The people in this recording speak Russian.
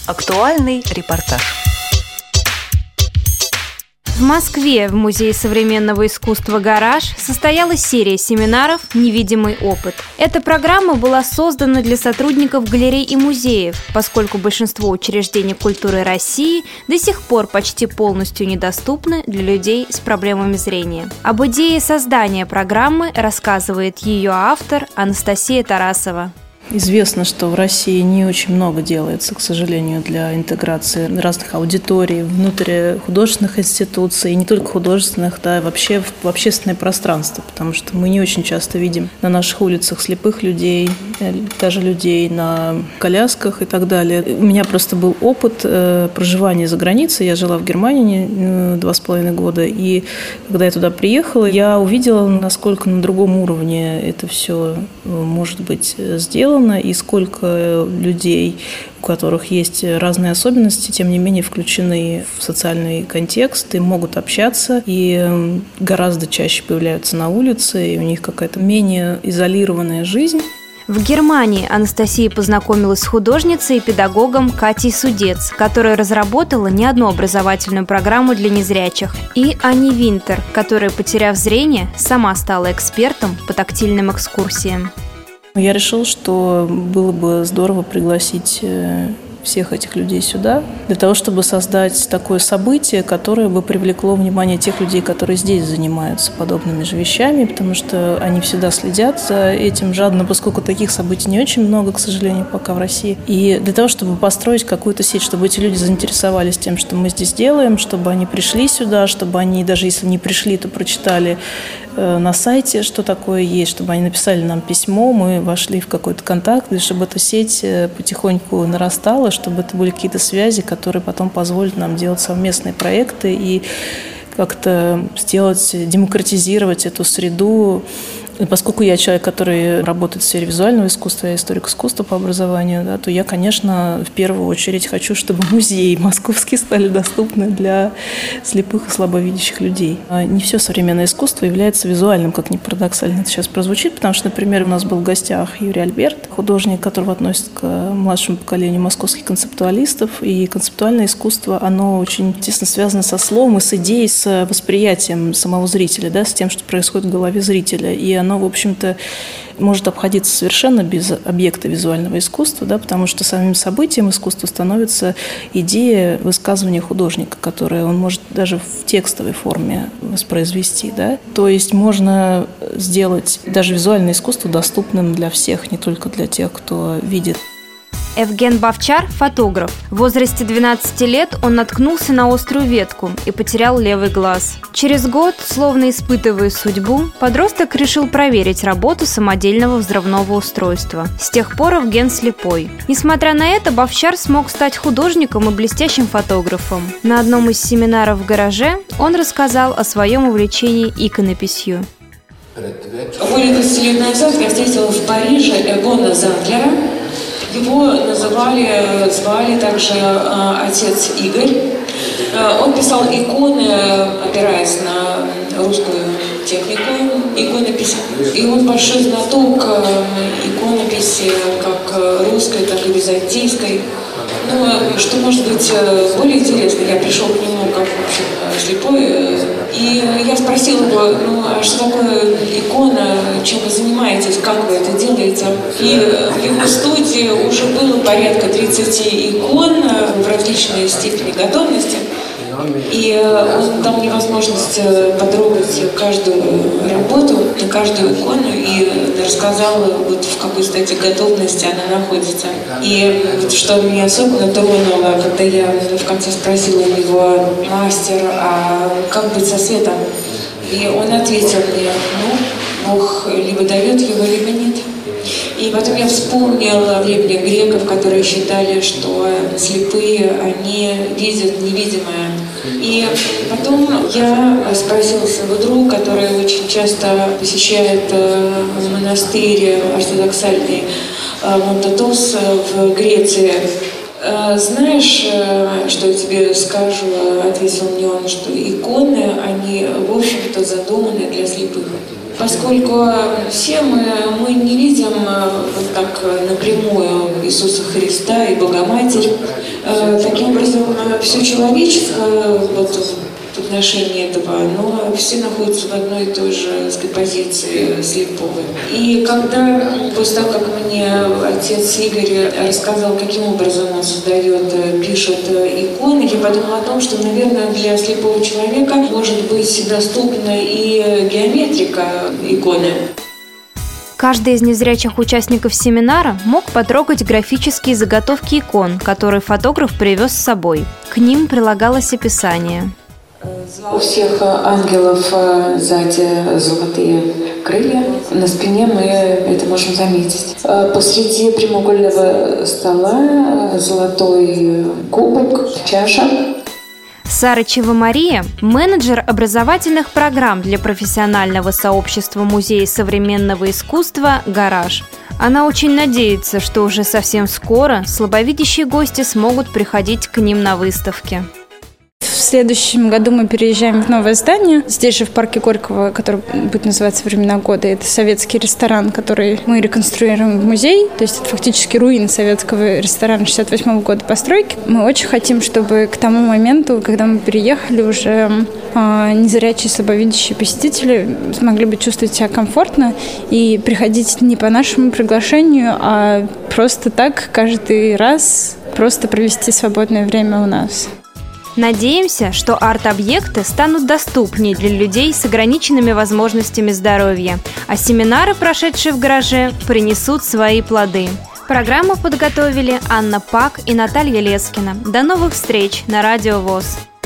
Актуальный репортаж. В Москве в Музее современного искусства «Гараж» состоялась серия семинаров «Невидимый опыт». Эта программа была создана для сотрудников галерей и музеев, поскольку большинство учреждений культуры России до сих пор почти полностью недоступны для людей с проблемами зрения. Об идее создания программы рассказывает ее автор Анастасия Тарасова. Известно, что в России не очень много делается, к сожалению, для интеграции разных аудиторий внутрь художественных институций, и не только художественных, да, вообще в общественное пространство, потому что мы не очень часто видим на наших улицах слепых людей, даже людей на колясках и так далее. У меня просто был опыт проживания за границей, я жила в Германии 2,5 года, и когда я туда приехала, я увидела, насколько на другом уровне это все может быть сделано, и сколько людей, у которых есть разные особенности, тем не менее включены в социальный контекст и могут общаться, и гораздо чаще появляются на улице, и у них какая-то менее изолированная жизнь. В Германии Анастасия познакомилась с художницей и педагогом Катей Судец, которая разработала не одну образовательную программу для незрячих, и Ани Винтер, которая, потеряв зрение, сама стала экспертом по тактильным экскурсиям. Я решила, что было бы здорово пригласить всех этих людей сюда, для того, чтобы создать такое событие, которое бы привлекло внимание тех людей, которые здесь занимаются подобными же вещами, потому что они всегда следят за этим жадно, поскольку таких событий не очень много, к сожалению, пока в России. И для того, чтобы построить какую-то сеть, чтобы эти люди заинтересовались тем, что мы здесь делаем, чтобы они пришли сюда, чтобы они, даже если не пришли, то прочитали на сайте, что такое есть, чтобы они написали нам письмо, мы вошли в какой-то контакт, и чтобы эта сеть потихоньку нарастала, чтобы это были какие-то связи, которые потом позволят нам делать совместные проекты и как-то сделать, демократизировать эту среду. И поскольку я человек, который работает в сфере визуального искусства, я историк искусства по образованию, да, то я, конечно, в первую очередь хочу, чтобы музеи московские стали доступны для слепых и слабовидящих людей. Не все современное искусство является визуальным, как ни парадоксально это сейчас прозвучит, потому что, например, у нас был в гостях Юрий Альберт, художник, которого относится к младшему поколению московских концептуалистов, и концептуальное искусство, оно очень тесно связано со словом и с идеей, с восприятием самого зрителя, да, с тем, что происходит в голове зрителя, и оно, в общем-то, может обходиться совершенно без объекта визуального искусства, да, потому что самим событием искусства становится идея высказывания художника, которое он может даже в текстовой форме воспроизвести. Да. То есть можно сделать даже визуальное искусство доступным для всех, не только для тех, кто видит. Евген Бавчар – фотограф. В возрасте 12 лет он наткнулся на острую ветку и потерял левый глаз. Через год, словно испытывая судьбу, подросток решил проверить работу самодельного взрывного устройства. С тех пор Евген слепой. Несмотря на это, Бавчар смог стать художником и блестящим фотографом. На одном из семинаров в гараже он рассказал о своем увлечении иконописью. Более 20 лет назад я встретила в Париже Эгона Зандлера. Его звали также отец Игорь. Он писал иконы, опираясь на русскую технику иконописи. И он большой знаток иконописи, как русской, так и византийской. Но что может быть более интересно, я пришел к нему как слепой, и я спросила его, а что такое икона, чем вы занимаетесь, как вы это делаете? И в его студии уже было порядка 30 икон в различной степени готовности. И он дал мне возможность потрогать каждую работу, каждую икону и рассказал, вот в какой стадии готовности она находится. И вот что меня особенно тронуло, когда я в конце спросила у него: мастер, а как быть со светом? И он ответил мне: Бог либо дает его, либо нет. И потом я вспомнила времени греков, которые считали, что слепые, они видят невидимое. И потом я спросила своего друга, который очень часто посещает монастырь ортодоксальный Монтатос в Греции. Знаешь, что я тебе скажу? Ответил мне он, что иконы, они, в общем-то, задуманы для слепых. поскольку все мы не видим вот так напрямую Иисуса Христа и Богоматерь. Таким образом, все человеческое вот в отношении этого, но все находятся в одной и той же позиции слепого. И когда, после того, как мне отец Игорь рассказал, каким образом он создает, пишет иконы, я подумала о том, что, наверное, для слепого человека может быть доступна и геометрика иконы. Каждый из незрячих участников семинара мог потрогать графические заготовки икон, которые фотограф привез с собой. К ним прилагалось описание. У всех ангелов сзади золотые крылья. На спине мы это можем заметить. Посреди прямоугольного стола золотой кубок, чаша. Сарычева Мария – менеджер образовательных программ для профессионального сообщества Музея современного искусства «Гараж». Она очень надеется, что уже совсем скоро слабовидящие гости смогут приходить к ним на выставки. В следующем году мы переезжаем в новое здание. Здесь же, в парке Горького, который будет называться «Времена года». Это советский ресторан, который мы реконструируем в музей. То есть это фактически руины советского ресторана 1968 года постройки. Мы очень хотим, чтобы к тому моменту, когда мы переехали, уже незрячие, слабовидящие посетители смогли бы чувствовать себя комфортно и приходить не по нашему приглашению, а просто так каждый раз просто провести свободное время у нас. Надеемся, что арт-объекты станут доступнее для людей с ограниченными возможностями здоровья, а семинары, прошедшие в гараже, принесут свои плоды. Программу подготовили Анна Пак и Наталья Лескина. До новых встреч на Радио ВОС.